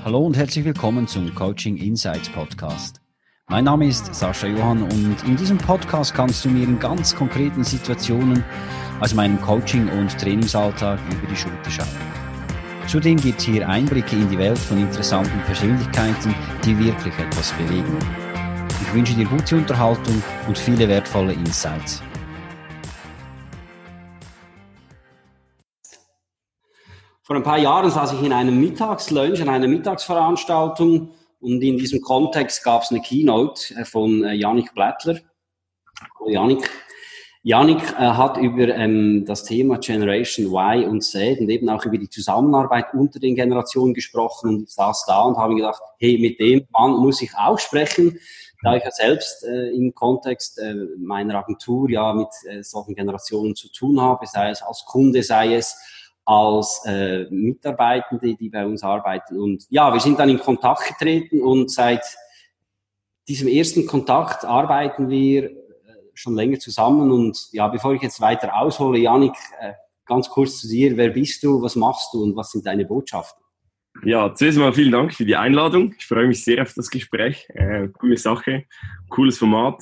Hallo und herzlich willkommen zum Coaching Insights Podcast. Mein Name ist Sascha Johann und in diesem Podcast kannst du mir in ganz konkreten Situationen aus meinem Coaching- und Trainingsalltag über die Schulter schauen. Zudem gibt es hier Einblicke in die Welt von interessanten Persönlichkeiten, die wirklich etwas bewegen. Ich wünsche dir gute Unterhaltung und viele wertvolle Insights. Vor ein paar Jahren saß ich in einem Mittagslunch, in einer Mittagsveranstaltung und in diesem Kontext gab es eine Keynote von Yannick Blättler. Yannick hat über das Thema Generation Y und Z und eben auch über die Zusammenarbeit unter den Generationen gesprochen und ich saß da und habe gedacht, hey, mit dem Mann muss ich auch sprechen, da ich ja selbst im Kontext meiner Agentur ja mit solchen Generationen zu tun habe, sei es als Kunde, sei es als Mitarbeitende, die bei uns arbeiten. Und ja, wir sind dann in Kontakt getreten und seit diesem ersten Kontakt arbeiten wir schon länger zusammen. Und ja, bevor ich jetzt weiter aushole, Yannick, ganz kurz zu dir. Wer bist du, was machst du und was sind deine Botschaften? Ja, zuerst mal vielen Dank für die Einladung. Ich freue mich sehr auf das Gespräch. Coole Sache, cooles Format.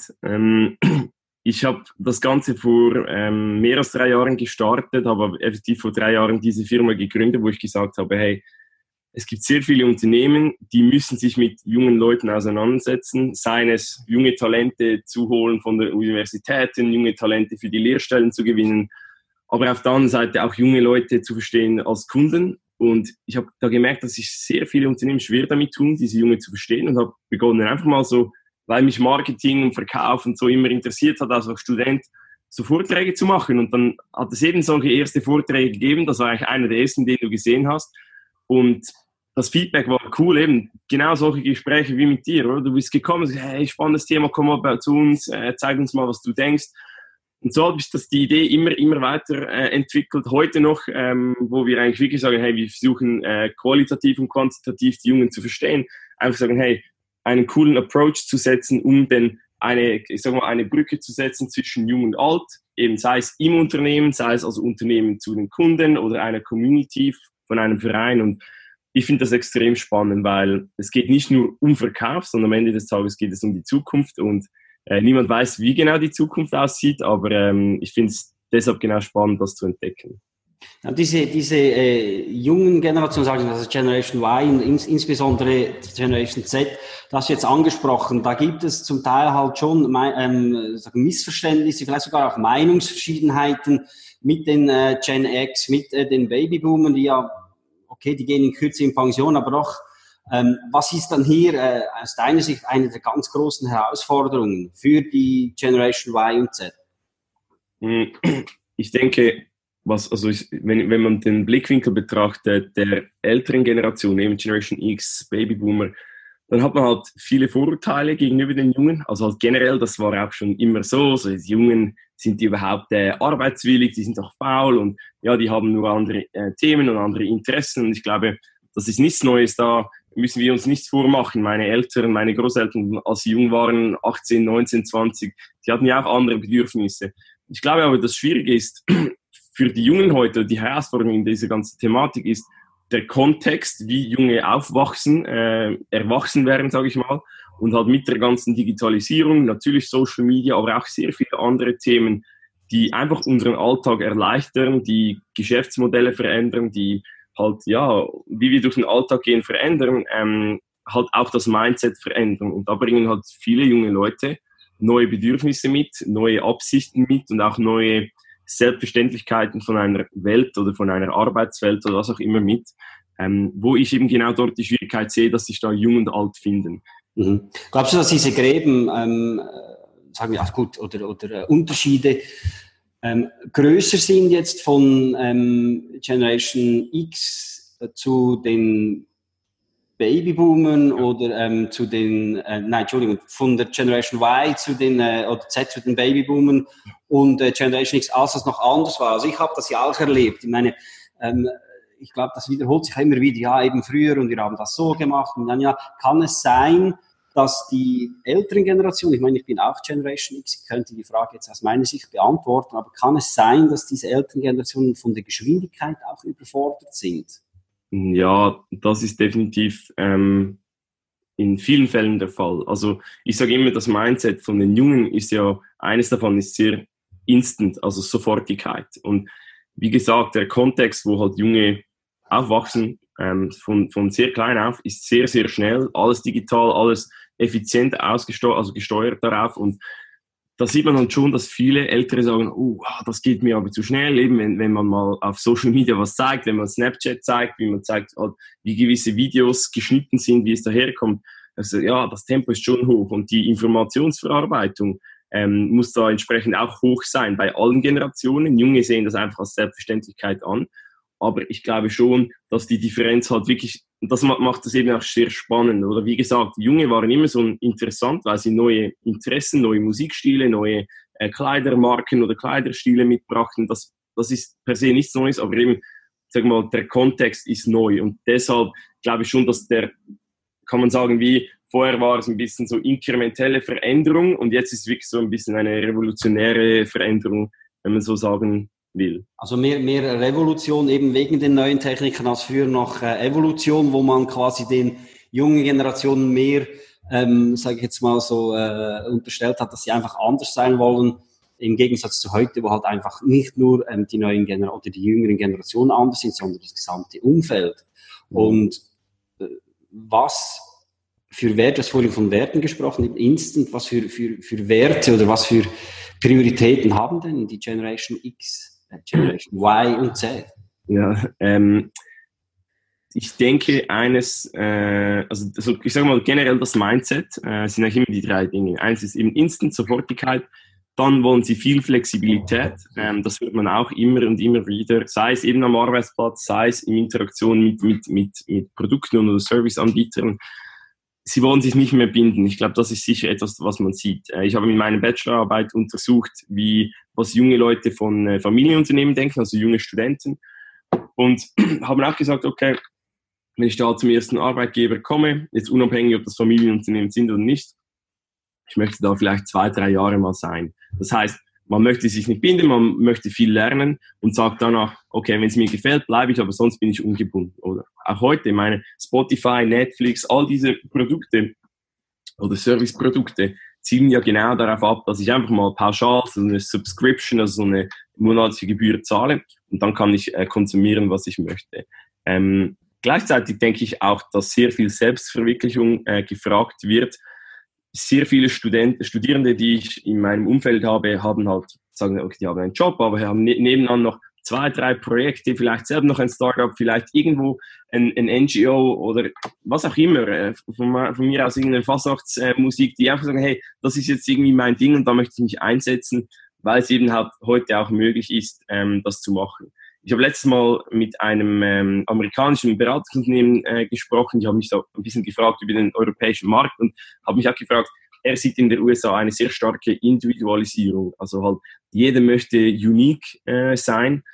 Ich habe das Ganze vor mehr als 3 Jahren gestartet, habe effektiv vor 3 Jahren diese Firma gegründet, wo ich gesagt habe, hey, es gibt sehr viele Unternehmen, die müssen sich mit jungen Leuten auseinandersetzen, seien es junge Talente zu holen von den Universitäten, junge Talente für die Lehrstellen zu gewinnen, aber auf der anderen Seite auch junge Leute zu verstehen als Kunden. Und ich habe da gemerkt, dass sich sehr viele Unternehmen schwer damit tun, diese Jungen zu verstehen und habe begonnen einfach mal so, weil mich Marketing und Verkauf und so immer interessiert hat, als auch Student, so Vorträge zu machen. Und dann hat es eben solche erste Vorträge gegeben. Das war eigentlich einer der ersten, den du gesehen hast. Und das Feedback war cool, eben genau solche Gespräche wie mit dir, oder? Du bist gekommen und sagst, hey, spannendes Thema, komm mal zu uns, zeig uns mal, was du denkst. Und so habe ich die Idee immer weiter entwickelt. Heute noch, wo wir eigentlich wirklich sagen, hey, wir versuchen qualitativ und quantitativ die Jungen zu verstehen. Einfach sagen, hey, einen coolen Approach zu setzen, um eine Brücke zu setzen zwischen Jung und Alt, eben sei es im Unternehmen, sei es also Unternehmen zu den Kunden oder einer Community von einem Verein. Und ich finde das extrem spannend, weil es geht nicht nur um Verkauf, sondern am Ende des Tages geht es um die Zukunft und niemand weiß, wie genau die Zukunft aussieht, aber ich finde es deshalb genau spannend, das zu entdecken. Ja, diese jungen Generationen, sagen wir, also Generation Y und insbesondere Generation Z, das jetzt angesprochen, da gibt es zum Teil halt schon Missverständnisse, vielleicht sogar auch Meinungsverschiedenheiten mit den Gen X, mit den Babyboomern, die ja, okay, die gehen in Kürze in Pension, aber doch, was ist dann hier aus deiner Sicht eine der ganz großen Herausforderungen für die Generation Y und Z? Ich denke, wenn man den Blickwinkel betrachtet, der älteren Generation, eben Generation X, Babyboomer, dann hat man halt viele Vorurteile gegenüber den Jungen. Also halt generell, das war auch schon immer so die Jungen, sind die überhaupt arbeitswillig, die sind auch faul und ja, die haben nur andere Themen und andere Interessen. Und ich glaube, das ist nichts Neues, da müssen wir uns nichts vormachen. Meine Großeltern, als sie jung waren, 18, 19, 20, die hatten ja auch andere Bedürfnisse. Ich glaube aber, das Schwierige ist, für die Jungen heute, die Herausforderung in dieser ganzen Thematik ist der Kontext, wie Junge aufwachsen, erwachsen werden, sage ich mal, und halt mit der ganzen Digitalisierung, natürlich Social Media, aber auch sehr viele andere Themen, die einfach unseren Alltag erleichtern, die Geschäftsmodelle verändern, die halt, ja, wie wir durch den Alltag gehen, verändern, halt auch das Mindset verändern. Und da bringen halt viele junge Leute neue Bedürfnisse mit, neue Absichten mit und auch neue Selbstverständlichkeiten von einer Welt oder von einer Arbeitswelt oder was auch immer mit, wo ich eben genau dort die Schwierigkeit sehe, dass sich da Jung und Alt finden. Mhm. Glaubst du, dass diese Gräben, sagen wir, gut, oder Unterschiede größer sind jetzt von Generation X zu den Babyboomern oder zu den, von der Generation Y zu den, oder Z zu den Babyboomern und Generation X, als das noch anders war. Also ich habe das ja auch erlebt. Ich meine, ich glaube, das wiederholt sich immer wieder. Ja, eben früher und wir haben das so gemacht. Und dann ja, kann es sein, dass die älteren Generationen, ich meine, ich bin auch Generation X, ich könnte die Frage jetzt aus meiner Sicht beantworten, aber kann es sein, dass diese älteren Generationen von der Geschwindigkeit auch überfordert sind? Ja, das ist definitiv in vielen Fällen der Fall. Also ich sage immer, das Mindset von den Jungen ist ja, eines davon ist sehr instant, also Sofortigkeit. Und wie gesagt, der Kontext, wo halt Junge aufwachsen, von sehr klein auf, ist sehr, sehr schnell, alles digital, alles effizient gesteuert darauf. Und da sieht man dann schon, dass viele Ältere sagen, das geht mir aber zu schnell, eben wenn man mal auf Social Media was zeigt, wenn man Snapchat zeigt, wie man zeigt, wie gewisse Videos geschnitten sind, wie es daherkommt. Also ja, das Tempo ist schon hoch und die Informationsverarbeitung muss da entsprechend auch hoch sein bei allen Generationen. Junge sehen das einfach als Selbstverständlichkeit an. Aber ich glaube schon, dass die Differenz halt wirklich, das macht das eben auch sehr spannend. Oder wie gesagt, Junge waren immer so interessant, weil sie neue Interessen, neue Musikstile, neue Kleidermarken oder Kleiderstile mitbrachten. Das ist per se nichts Neues, aber eben, sag mal, der Kontext ist neu. Und deshalb glaube ich schon, dass kann man sagen, wie vorher war es ein bisschen so inkrementelle Veränderung und jetzt ist es wirklich so ein bisschen eine revolutionäre Veränderung, wenn man so sagen will. Also mehr Revolution eben wegen den neuen Techniken als früher noch Evolution, wo man quasi den jungen Generationen mehr, sage ich jetzt mal so, unterstellt hat, dass sie einfach anders sein wollen, im Gegensatz zu heute, wo halt einfach nicht nur die neuen oder die jüngeren Generationen anders sind, sondern das gesamte Umfeld. Und was für Werte, du hast vorhin von Werten gesprochen, Instant, was für Werte oder was für Prioritäten haben denn die Generation X, Generation Y und Z? Ja, ich denke also ich sage mal generell das Mindset sind eigentlich immer die 3 Dinge. Eins ist eben Instant, Sofortigkeit, dann wollen sie viel Flexibilität, das hört man auch immer und immer wieder, sei es eben am Arbeitsplatz, sei es in Interaktion mit Produkten oder Serviceanbietern. Sie wollen sich nicht mehr binden. Ich glaube, das ist sicher etwas, was man sieht. Ich habe in meiner Bachelorarbeit untersucht, was junge Leute von Familienunternehmen denken, also junge Studenten. Und haben auch gesagt, okay, wenn ich da zum ersten Arbeitgeber komme, jetzt unabhängig, ob das Familienunternehmen sind oder nicht, ich möchte da vielleicht 2-3 Jahre mal sein. Das heißt, man möchte sich nicht binden, man möchte viel lernen und sagt danach, okay, wenn es mir gefällt, bleibe ich, aber sonst bin ich ungebunden. Oder auch heute, meine Spotify, Netflix, all diese Produkte oder Serviceprodukte zielen ja genau darauf ab, dass ich einfach mal pauschal so eine Subscription, also so eine monatliche Gebühr zahle und dann kann ich konsumieren, was ich möchte. Gleichzeitig denke ich auch, dass sehr viel Selbstverwirklichung gefragt wird. Sehr viele Studierende, die ich in meinem Umfeld habe, haben halt, sagen, okay, die haben einen Job, aber haben nebenan noch 2-3 Projekte, vielleicht selber noch ein Startup, vielleicht irgendwo ein NGO oder was auch immer, von mir aus irgendeine Fastnachtsmusik, die einfach sagen, hey, das ist jetzt irgendwie mein Ding und da möchte ich mich einsetzen, weil es eben halt heute auch möglich ist, das zu machen. Ich habe letztes Mal mit einem amerikanischen Beratungsunternehmen gesprochen. Ich habe mich da ein bisschen gefragt über den europäischen Markt und habe mich auch gefragt, er sieht in der USA eine sehr starke Individualisierung. Also halt, jeder möchte unique sein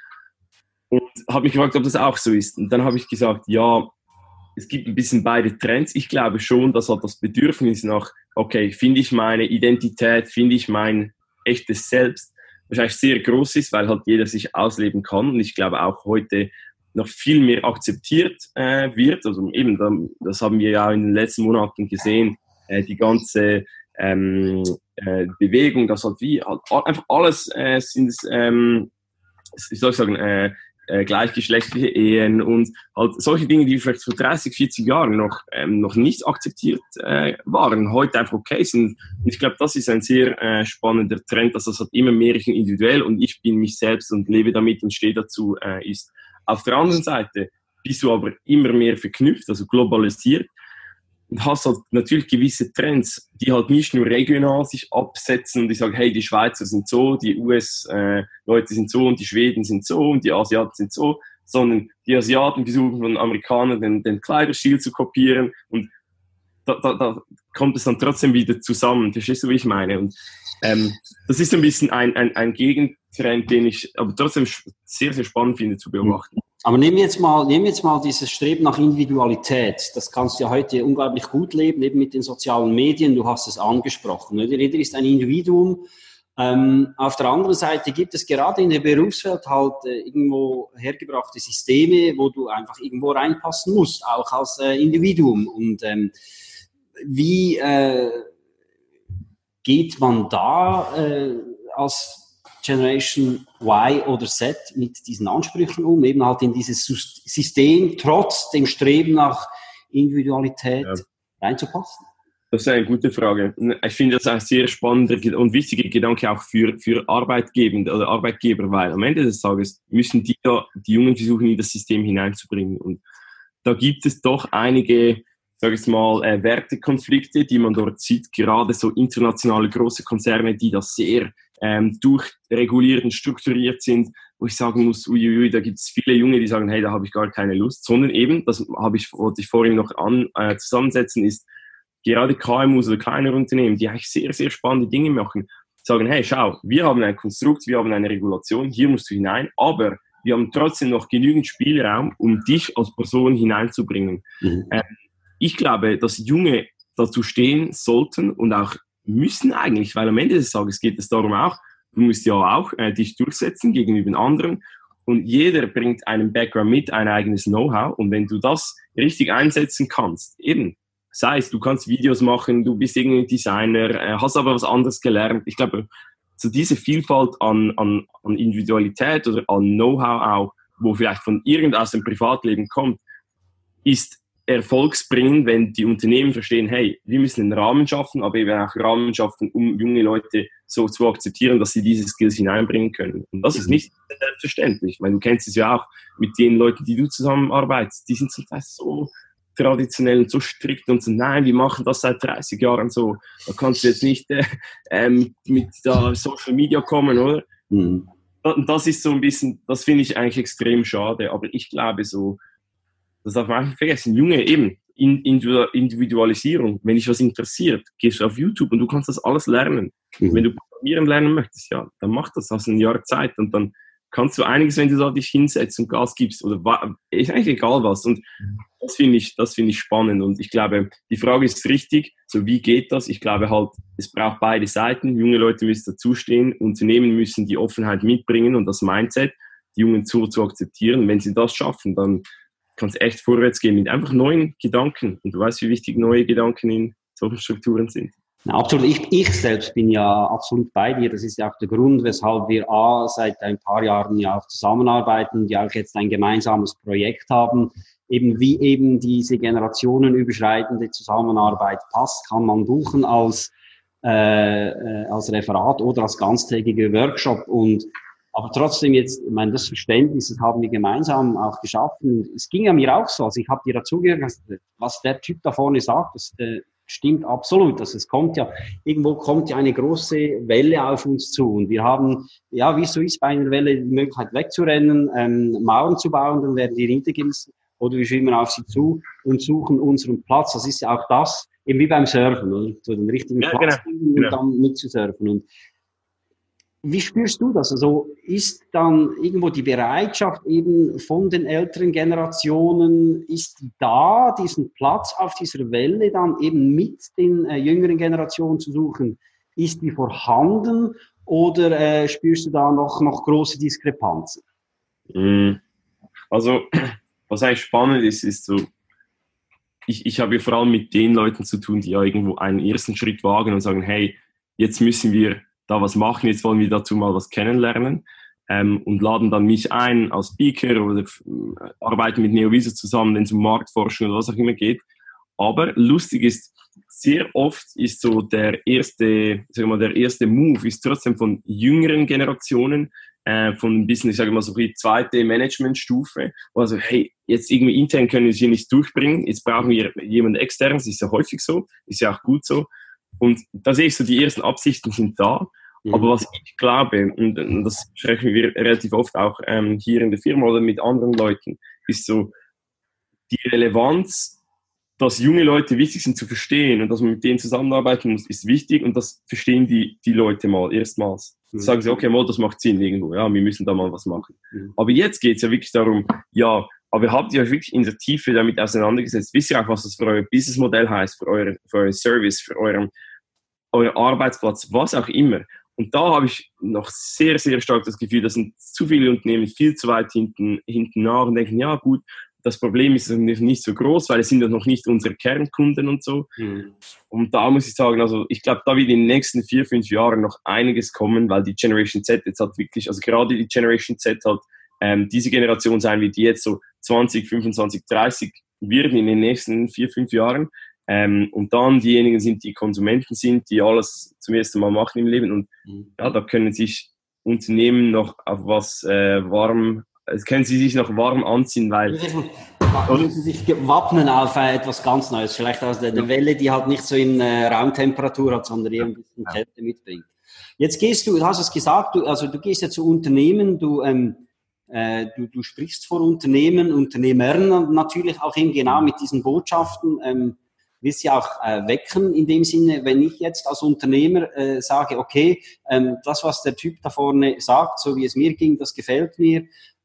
und habe mich gefragt, ob das auch so ist. Und dann habe ich gesagt, ja, es gibt ein bisschen beide Trends. Ich glaube schon, dass halt das Bedürfnis nach, okay, finde ich meine Identität, finde ich mein echtes Selbst, wahrscheinlich sehr groß ist, weil halt jeder sich ausleben kann und ich glaube auch heute noch viel mehr akzeptiert wird. Also eben, das haben wir ja in den letzten Monaten gesehen, die ganze Bewegung, das halt einfach alles sind es, wie soll ich sagen, gleichgeschlechtliche Ehen und halt solche Dinge, die vielleicht vor 30, 40 Jahren noch nicht akzeptiert waren, heute einfach okay sind. Und ich glaube, das ist ein sehr spannender Trend, dass das halt immer mehr individuell und ich bin mich selbst und lebe damit und stehe dazu ist. Auf der anderen Seite bist du aber immer mehr verknüpft, also globalisiert und hast halt natürlich gewisse Trends, die halt nicht nur regional sich absetzen und ich sage, hey, die Schweizer sind so, die US-Leute sind so und die Schweden sind so und die Asiaten sind so, sondern die Asiaten versuchen von Amerikanern den Kleiderstil zu kopieren und da kommt es dann trotzdem wieder zusammen. Verstehst du, wie ich meine? Und das ist ein bisschen ein Gegentrend, den ich aber trotzdem sehr, sehr spannend finde zu beobachten. Aber nehmen wir jetzt mal dieses Streben nach Individualität. Das kannst du ja heute unglaublich gut leben, eben mit den sozialen Medien. Du hast es angesprochen. Jeder ist ein Individuum. Auf der anderen Seite gibt es gerade in der Berufswelt halt irgendwo hergebrachte Systeme, wo du einfach irgendwo reinpassen musst, auch als Individuum. Und wie geht man da als Generation Y oder Z mit diesen Ansprüchen um, eben halt in dieses System trotz dem Streben nach Individualität reinzupassen? Das ist eine gute Frage. Ich finde das ein sehr spannender und wichtiger Gedanke auch für Arbeitgeber oder Arbeitgeber, weil am Ende des Tages müssen die Jungen versuchen, in das System hineinzubringen. Und da gibt es doch einige, sage ich mal, Wertekonflikte, die man dort sieht, gerade so internationale große Konzerne, die das sehr durchreguliert und strukturiert sind, wo ich sagen muss, uiuiui, da gibt es viele Junge, die sagen, hey, da habe ich gar keine Lust, sondern eben, wollte ich vorhin noch zusammensetzen, ist, gerade KMUs oder kleinere Unternehmen, die eigentlich sehr, sehr spannende Dinge machen, sagen, hey, schau, wir haben ein Konstrukt, wir haben eine Regulation, hier musst du hinein, aber wir haben trotzdem noch genügend Spielraum, um dich als Person hineinzubringen. Ich glaube, dass Junge dazu stehen sollten und auch müssen eigentlich, weil am Ende des Tages geht es darum auch, du musst ja auch dich durchsetzen gegenüber den anderen und jeder bringt einen Background mit, ein eigenes Know-how und wenn du das richtig einsetzen kannst, eben, sei es, du kannst Videos machen, du bist irgendwie Designer, hast aber was anderes gelernt. Ich glaube, so diese Vielfalt an Individualität oder an Know-how auch, wo vielleicht von aus dem Privatleben kommt, ist erfolgsbringend, wenn die Unternehmen verstehen, hey, wir müssen einen Rahmen schaffen, aber eben auch Rahmen schaffen, um junge Leute so zu akzeptieren, dass sie diese Skills hineinbringen können. Und das ist nicht selbstverständlich. Ich meine, du kennst es ja auch mit den Leuten, die du zusammenarbeitest, die sind zum Teil so traditionell und so strikt und so, nein, wir machen das seit 30 Jahren so. Da kannst du jetzt nicht mit da Social Media kommen, oder? Und das ist so ein bisschen, das finde ich eigentlich extrem schade, aber ich glaube so, das darf man einfach vergessen, Junge, eben, Individualisierung, wenn dich was interessiert, gehst du auf YouTube und du kannst das alles lernen. Wenn du Programmieren lernen möchtest, ja, dann mach das, hast ein Jahr Zeit und dann kannst du einiges, wenn du da dich hinsetzt und Gas gibst oder ist eigentlich egal was und das finde ich spannend und ich glaube, die Frage ist richtig, so wie geht das? Ich glaube halt, es braucht beide Seiten, junge Leute müssen dazustehen, Unternehmen müssen die Offenheit mitbringen und das Mindset, die Jungen zu akzeptieren. Wenn sie das schaffen, dann kann es echt vorwärts gehen mit einfach neuen Gedanken und du weißt, wie wichtig neue Gedanken in solchen Strukturen sind. Ja, absolut. Ich selbst bin ja absolut bei dir. Das ist ja auch der Grund, weshalb wir seit ein paar Jahren ja auch zusammenarbeiten, die auch jetzt ein gemeinsames Projekt haben. Eben wie eben diese generationenüberschreitende Zusammenarbeit passt, kann man buchen als Referat oder als ganztägiger Workshop. Aber trotzdem jetzt, ich meine, das Verständnis, das haben wir gemeinsam auch geschaffen. Es ging ja mir auch so. Also ich habe dir dazugehört, was der Typ da vorne sagt, das stimmt absolut. Also irgendwo kommt ja eine große Welle auf uns zu. Und wir haben, ja, wie es so ist bei einer Welle, die Möglichkeit wegzurennen, Mauern zu bauen, dann werden die runtergerissen. Oder wir schwimmen auf sie zu und suchen unseren Platz. Das ist ja auch das, eben wie beim Surfen, oder? So den richtigen Platz finden und dann mitzusurfen. Und wie spürst du das? Also ist dann irgendwo die Bereitschaft eben von den älteren Generationen, ist die da, diesen Platz auf dieser Welle dann eben mit den jüngeren Generationen zu suchen? Ist die vorhanden oder spürst du da noch große Diskrepanzen? Also, was eigentlich spannend ist so, ich habe ja vor allem mit den Leuten zu tun, die ja irgendwo einen ersten Schritt wagen und sagen, hey, jetzt müssen wir da was machen, jetzt wollen wir dazu mal was kennenlernen und laden dann mich ein als Speaker oder arbeiten mit Neoviso zusammen, wenn es um Marktforschung oder was auch immer geht. Aber lustig ist, sehr oft ist so der erste Move ist trotzdem von jüngeren Generationen, von ein bisschen, ich sage mal so die zweite Managementstufe, also hey, jetzt irgendwie intern können wir es hier nicht durchbringen, jetzt brauchen wir jemanden externen, das ist ja häufig so, ist ja auch gut so. Und da sehe ich so, die ersten Absichten sind da. Aber was ich glaube, und das sprechen wir relativ oft auch hier in der Firma oder mit anderen Leuten, ist so die Relevanz, dass junge Leute wichtig sind zu verstehen und dass man mit denen zusammenarbeiten muss, ist wichtig und das verstehen die Leute mal erstmals. Sagen sie, okay, mal, das macht Sinn irgendwo, ja, wir müssen da mal was machen. Aber jetzt geht es ja wirklich darum, ja, aber habt ihr euch wirklich in der Tiefe damit auseinandergesetzt? Wisst ihr auch, was das für euer Businessmodell heißt, für euren Service, für euren Arbeitsplatz, was auch immer. Und da habe ich noch sehr, sehr stark das Gefühl, dass sind zu viele Unternehmen viel zu weit hinten nach und denken, ja gut, das Problem ist nicht so groß, weil es sind ja noch nicht unsere Kernkunden und so. Mhm. Und da muss ich sagen, also ich glaube, da wird in den nächsten 4-5 Jahren noch einiges kommen, weil die Generation Z jetzt hat wirklich, also gerade die Generation Z hat diese Generation sein wird, die jetzt so 20, 25, 30 werden in den nächsten 4-5 Jahren. Und dann diejenigen sind, die Konsumenten sind, die alles zum ersten Mal machen im Leben. Und ja, da können sich Unternehmen noch auf was können sie sich noch warm anziehen, weil... Müssen sie sich wappnen auf etwas ganz Neues, vielleicht aus der Welle, die halt nicht so in Raumtemperatur hat, sondern eher ein bisschen Kälte mitbringt. Jetzt du hast es gesagt, du gehst ja zu Unternehmen, du sprichst vor Unternehmern natürlich auch eben genau mit diesen Botschaften, willst ja auch wecken in dem Sinne, wenn ich jetzt als Unternehmer sage, okay, das, was der Typ da vorne sagt, so wie es mir ging, das gefällt mir,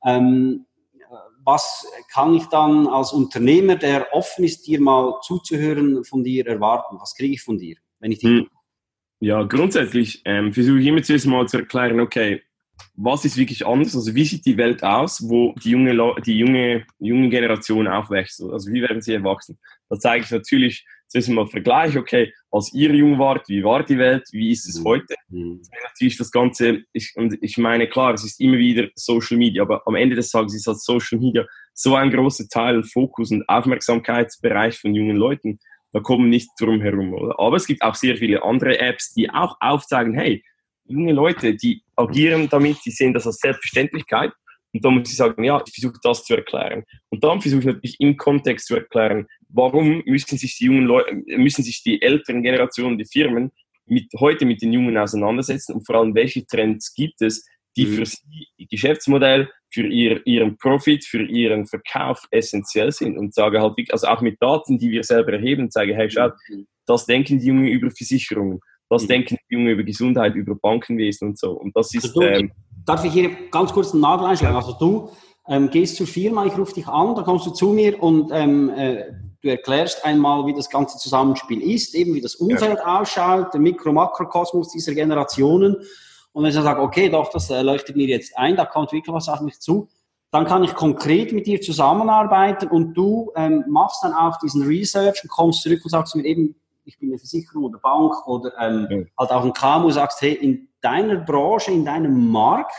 was kann ich dann als Unternehmer, der offen ist, dir mal zuzuhören, von dir erwarten? Was kriege ich von dir, wenn ich dich... Ja, grundsätzlich versuche ich immer zuerst mal zu erklären, okay, was ist wirklich anders? Also wie sieht die Welt aus, wo die junge Generation aufwächst? Also wie werden sie erwachsen? Da zeige ich natürlich zuerst mal Vergleich, okay, als ihr jung wart, wie war die Welt, wie ist es heute? Natürlich das Ganze, ich meine, klar, es ist immer wieder Social Media, aber am Ende des Tages ist das Social Media so ein großer Teil, Fokus und Aufmerksamkeitsbereich von jungen Leuten, da kommen nicht drum herum, oder? Aber es gibt auch sehr viele andere Apps, die auch aufzeigen, hey, junge Leute, die agieren damit, die sehen das als Selbstverständlichkeit. Und da muss ich sagen, ja, ich versuche das zu erklären. Und dann versuche ich natürlich im Kontext zu erklären, warum müssen sich die älteren Generationen, die Firmen, heute mit den Jungen auseinandersetzen und vor allem, welche Trends gibt es, die für sie ihr Geschäftsmodell, für ihren Profit, für ihren Verkauf essentiell sind. Und sage halt wirklich, also auch mit Daten, die wir selber erheben, sage, hey, schaut, das denken die Jungen über Versicherungen. Das denken die Jungen über Gesundheit, über Bankenwesen und so. Und das ist... Darf ich hier ganz kurz einen Nagel einschlagen? Also du gehst zur Firma, ich rufe dich an, dann kommst du zu mir und du erklärst einmal, wie das ganze Zusammenspiel ist, eben wie das Umfeld ausschaut, der Mikro-Makrokosmos dieser Generationen. Und wenn ich dann sage, okay, doch, das leuchtet mir jetzt ein, da kommt wirklich was auf mich zu, dann kann ich konkret mit dir zusammenarbeiten und du machst dann auch diesen Research und kommst zurück und sagst mir eben, ich bin eine Versicherung oder Bank oder halt auch ein KMU, sagst, hey, in deiner Branche, in deinem Markt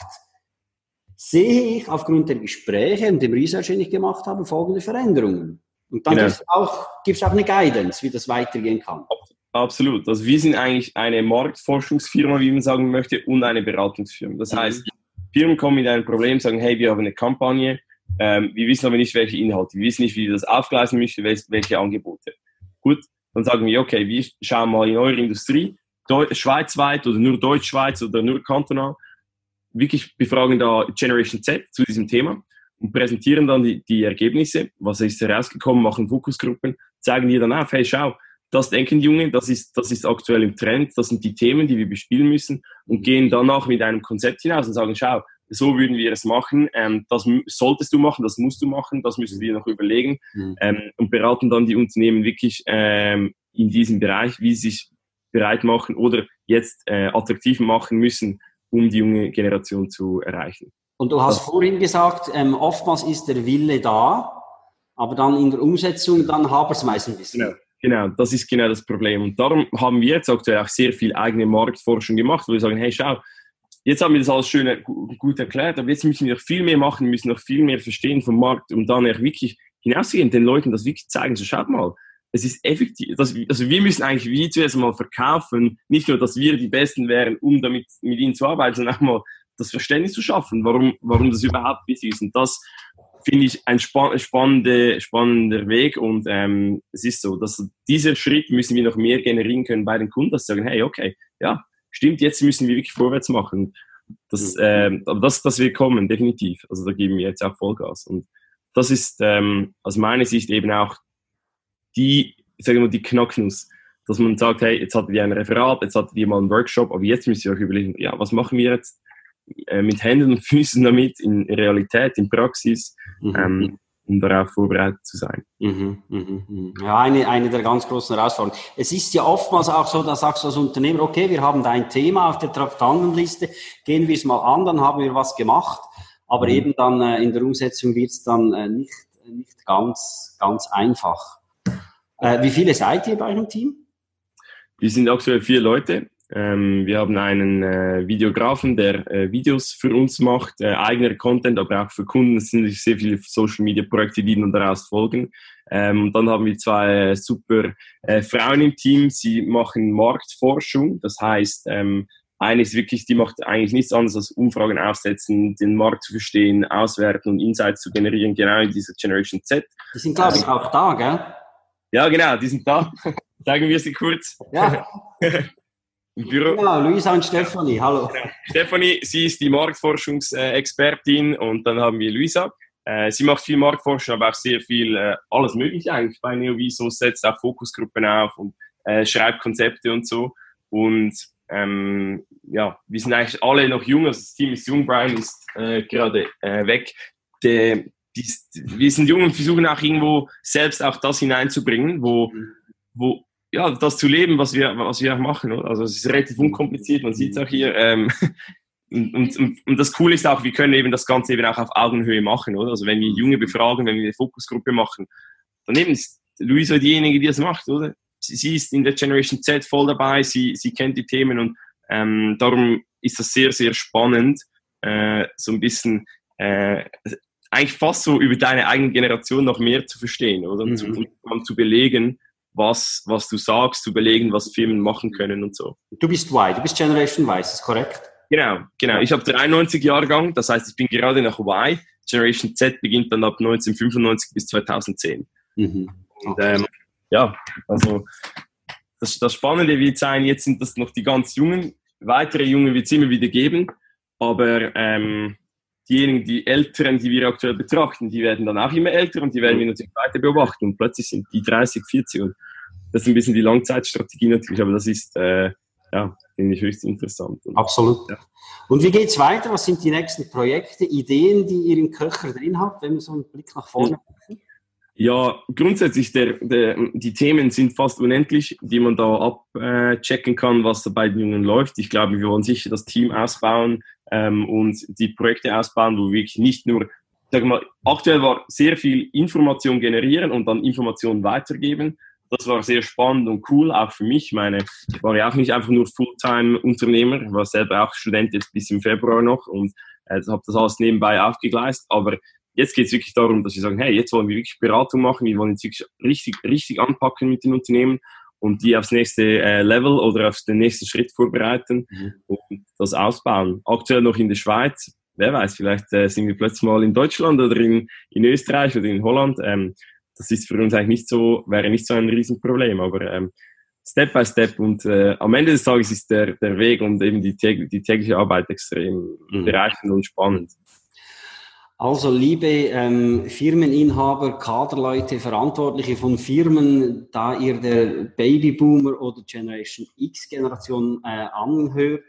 sehe ich aufgrund der Gespräche und dem Research, den ich gemacht habe, folgende Veränderungen. Und dann gibt's auch eine Guidance, wie das weitergehen kann. Absolut. Also wir sind eigentlich eine Marktforschungsfirma, wie man sagen möchte, und eine Beratungsfirma. Das heißt, Firmen kommen mit einem Problem, sagen, hey, wir haben eine Kampagne, wir wissen aber nicht, welche Inhalte, wir wissen nicht, wie wir das aufgleisen müssen, welche Angebote. Gut, dann sagen wir, okay, wir schauen mal in eure Industrie, schweizweit oder nur Deutschschweiz oder nur kantonal, wirklich befragen da Generation Z zu diesem Thema und präsentieren dann die Ergebnisse, was ist herausgekommen, machen Fokusgruppen, zeigen dir dann auf, hey, schau, das denken die Jungen, das ist aktuell im Trend, das sind die Themen, die wir bespielen müssen und gehen danach mit einem Konzept hinaus und sagen, schau, so würden wir es machen, das solltest du machen, das musst du machen, das müssen wir noch überlegen und beraten dann die Unternehmen wirklich in diesem Bereich, wie sie sich bereit machen oder jetzt attraktiv machen müssen, um die junge Generation zu erreichen. Und du hast vorhin gesagt, oftmals ist der Wille da, aber dann in der Umsetzung, dann hapert es meistens ein bisschen. Genau, das ist genau das Problem. Und darum haben wir jetzt aktuell auch sehr viel eigene Marktforschung gemacht, wo wir sagen, hey, schau, jetzt haben wir das alles schön gut erklärt, aber jetzt müssen wir noch viel mehr machen, müssen noch viel mehr verstehen vom Markt, um dann wirklich hinauszugehen, den Leuten das wirklich zeigen, so schaut mal, es ist effektiv, also wir müssen eigentlich wie zuerst mal verkaufen, nicht nur, dass wir die Besten wären, um damit mit ihnen zu arbeiten, sondern auch mal das Verständnis zu schaffen, warum das überhaupt wichtig ist. Und das finde ich ein spannender Weg und es ist so, dass dieser Schritt müssen wir noch mehr generieren können bei den Kunden, dass sie sagen, hey, okay, ja, stimmt, jetzt müssen wir wirklich vorwärts machen. Aber das wird kommen, definitiv. Also da geben wir jetzt auch Vollgas. Und das ist aus meiner Sicht eben auch die Knacknuss, dass man sagt, hey, jetzt hattet ihr ein Referat, jetzt hattet ihr mal einen Workshop, aber jetzt müsst ihr euch überlegen, ja, was machen wir jetzt mit Händen und Füßen damit, in Realität, in Praxis. um darauf vorbereitet zu sein. Ja, eine der ganz großen Herausforderungen. Es ist ja oftmals auch so, da sagst du als Unternehmer, okay, wir haben da ein Thema auf der Traktandenliste, gehen wir es mal an, dann haben wir was gemacht, aber eben dann in der Umsetzung wird es dann nicht ganz einfach. Wie viele seid ihr bei einem Team? Wir sind aktuell 4 Leute. Wir haben einen Videografen, der Videos für uns macht, eigener Content, aber auch für Kunden. Es sind sehr viele Social-Media-Projekte, die dann daraus folgen. Und dann haben wir 2 super Frauen im Team. Sie machen Marktforschung. Das heißt, eine ist wirklich, die macht eigentlich nichts anderes als Umfragen aufsetzen, den Markt zu verstehen, auswerten und Insights zu generieren, genau in dieser Generation Z. Die sind, glaube ich, auch da, gell? Ja, genau, die sind da. Zeigen wir sie kurz. Ja. Im Büro. Genau, Luisa und Stefanie, hallo. Genau. Stefanie, sie ist die Marktforschungsexpertin und dann haben wir Luisa. Sie macht viel Marktforschung, aber auch sehr viel alles Mögliche eigentlich bei Neoviso, setzt auch Fokusgruppen auf und schreibt Konzepte und so. Und ja, wir sind eigentlich alle noch jung, also das Team ist jung, Brian ist gerade weg. Wir sind jung und versuchen auch irgendwo selbst auch das hineinzubringen, wo ja, das zu leben, was wir auch machen. Oder? Also es ist relativ unkompliziert, man sieht es auch hier. Und das Coole ist auch, wir können eben das Ganze eben auch auf Augenhöhe machen. Oder? Also wenn wir Junge befragen, wenn wir eine Fokusgruppe machen, dann eben ist Luisa diejenige, die das macht. Oder? Sie ist in der Generation Z voll dabei, sie kennt die Themen und darum ist das sehr, sehr spannend, so ein bisschen eigentlich fast so über deine eigene Generation noch mehr zu verstehen oder? Und zu belegen, was du sagst, zu belegen, was Firmen machen können und so. Du bist Y, du bist Generation Y, ist das korrekt? Genau. Ich habe 93 Jahrgang, das heißt, ich bin gerade nach Y. Generation Z beginnt dann ab 1995 bis 2010. Okay. Und ja, also das Spannende wird sein, jetzt sind das noch die ganz Jungen, weitere Junge wird es immer wieder geben, aber diejenigen, die Älteren, die wir aktuell betrachten, die werden dann auch immer älter und die werden wir natürlich weiter beobachten und plötzlich sind die 30, 40 und das ist ein bisschen die Langzeitstrategie natürlich, aber das ist, ja, finde ich höchst interessant. Absolut. Ja. Und wie geht's weiter? Was sind die nächsten Projekte, Ideen, die ihr im Köcher drin habt, wenn wir so einen Blick nach vorne machen? Ja, grundsätzlich, die Themen sind fast unendlich, die man da abchecken kann, was da bei den Jungen läuft. Ich glaube, wir wollen sicher das Team ausbauen und die Projekte ausbauen, wo wir wirklich nicht nur, sag mal, aktuell war sehr viel Information generieren und dann Information weitergeben. Das war sehr spannend und cool, auch für mich. Ich war ja auch nicht einfach nur Fulltime-Unternehmer, ich war selber auch Student jetzt bis im Februar noch und habe das alles nebenbei aufgegleist, aber jetzt geht es wirklich darum, dass wir sagen, hey, jetzt wollen wir wirklich Beratung machen, wir wollen jetzt wirklich richtig anpacken mit den Unternehmen und die aufs nächste Level oder auf den nächsten Schritt vorbereiten und das ausbauen. Aktuell noch in der Schweiz, wer weiß, vielleicht sind wir plötzlich mal in Deutschland oder in Österreich oder in Holland. Das ist für uns eigentlich wäre nicht so ein Riesenproblem, aber Step by Step und am Ende des Tages ist der Weg und eben die tägliche Arbeit extrem bereichernd und spannend. Also, liebe Firmeninhaber, Kaderleute, Verantwortliche von Firmen, da ihr der Babyboomer oder Generation X-Generation angehört,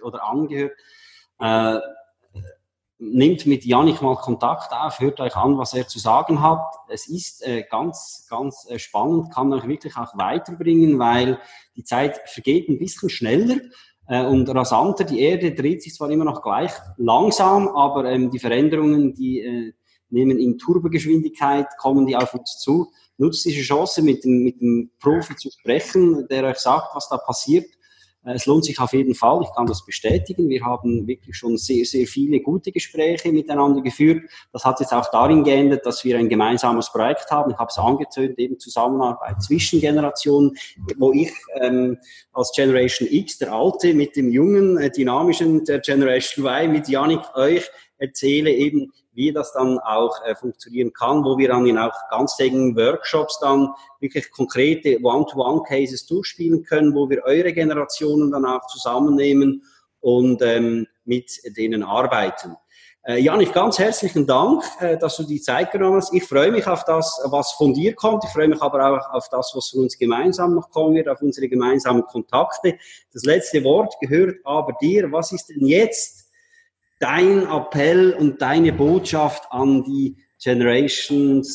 nehmt mit Jannik mal Kontakt auf, hört euch an, was er zu sagen hat. Es ist ganz spannend, kann euch wirklich auch weiterbringen, weil die Zeit vergeht ein bisschen schneller und rasanter. Die Erde dreht sich zwar immer noch gleich langsam, aber die Veränderungen, die nehmen in Turbogeschwindigkeit, kommen die auf uns zu. Nutzt diese Chance, mit dem Profi zu sprechen, der euch sagt, was da passiert. Es lohnt sich auf jeden Fall, ich kann das bestätigen. Wir haben wirklich schon sehr, sehr viele gute Gespräche miteinander geführt. Das hat jetzt auch darin geendet, dass wir ein gemeinsames Projekt haben. Ich habe es angetönt, eben Zusammenarbeit zwischen Generationen, wo ich als Generation X, der Alte, mit dem jungen, dynamischen der Generation Y, mit Jannik euch erzähle eben, wie das dann auch funktionieren kann, wo wir dann in auch ganztägigen Workshops dann wirklich konkrete One-to-One-Cases durchspielen können, wo wir eure Generationen dann auch zusammennehmen und mit denen arbeiten. Jannik, ganz herzlichen Dank, dass du die Zeit genommen hast. Ich freue mich auf das, was von dir kommt. Ich freue mich aber auch auf das, was von uns gemeinsam noch kommen wird, auf unsere gemeinsamen Kontakte. Das letzte Wort gehört aber dir. Was ist denn jetzt dein Appell und deine Botschaft an die Generations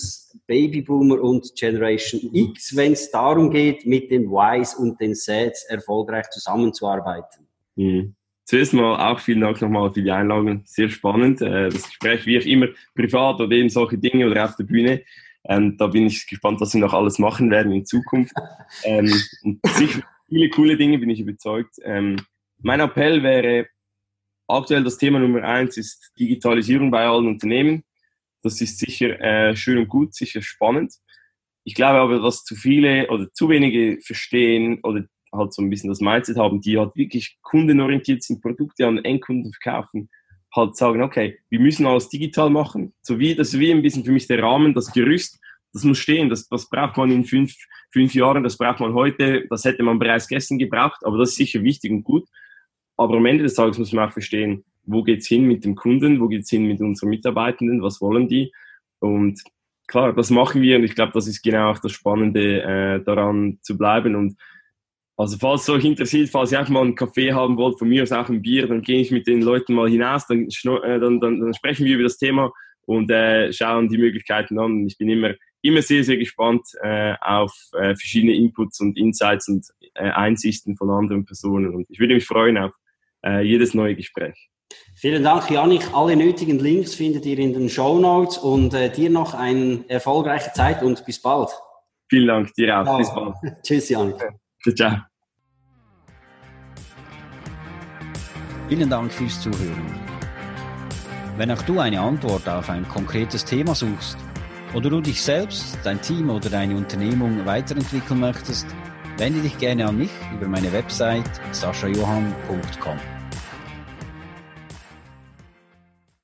Babyboomer und Generation X, wenn es darum geht, mit den Ys und den Zs erfolgreich zusammenzuarbeiten. Zuerst mal auch vielen Dank nochmal für die Einladung. Sehr spannend. Das Gespräch, wie auch immer, privat oder eben solche Dinge oder auf der Bühne. Da bin ich gespannt, was wir noch alles machen werden in Zukunft. Und sicher viele coole Dinge, bin ich überzeugt. Mein Appell wäre, aktuell das Thema Nummer 1 ist Digitalisierung bei allen Unternehmen. Das ist sicher schön und gut, sicher spannend. Ich glaube aber, dass zu viele oder zu wenige verstehen oder halt so ein bisschen das Mindset haben, die halt wirklich kundenorientiert sind, Produkte an Endkunden verkaufen, halt sagen, okay, wir müssen alles digital machen. Das ist wie ein bisschen für mich der Rahmen, das Gerüst, das muss stehen, das braucht man in fünf Jahren, das braucht man heute, das hätte man bereits gestern gebraucht, aber das ist sicher wichtig und gut. Aber am Ende des Tages muss man auch verstehen, wo geht's hin mit dem Kunden, wo geht's hin mit unseren Mitarbeitenden, was wollen die? Und klar, das machen wir und ich glaube, das ist genau auch das Spannende, daran zu bleiben. Und also falls es euch interessiert, falls ihr auch mal einen Kaffee haben wollt, von mir aus auch ein Bier, dann gehe ich mit den Leuten mal hinaus, dann sprechen wir über das Thema und schauen die Möglichkeiten an. Ich bin immer sehr, sehr gespannt auf verschiedene Inputs und Insights und Einsichten von anderen Personen. Und ich würde mich freuen auf jedes neue Gespräch. Vielen Dank, Jannik. Alle nötigen Links findet ihr in den Shownotes und dir noch eine erfolgreiche Zeit und bis bald. Vielen Dank, dir auch. Ciao. Bis bald. Tschüss, Jannik. Ciao. Vielen Dank fürs Zuhören. Wenn auch du eine Antwort auf ein konkretes Thema suchst oder du dich selbst, dein Team oder deine Unternehmung weiterentwickeln möchtest, wende dich gerne an mich über meine Website saschajohann.com.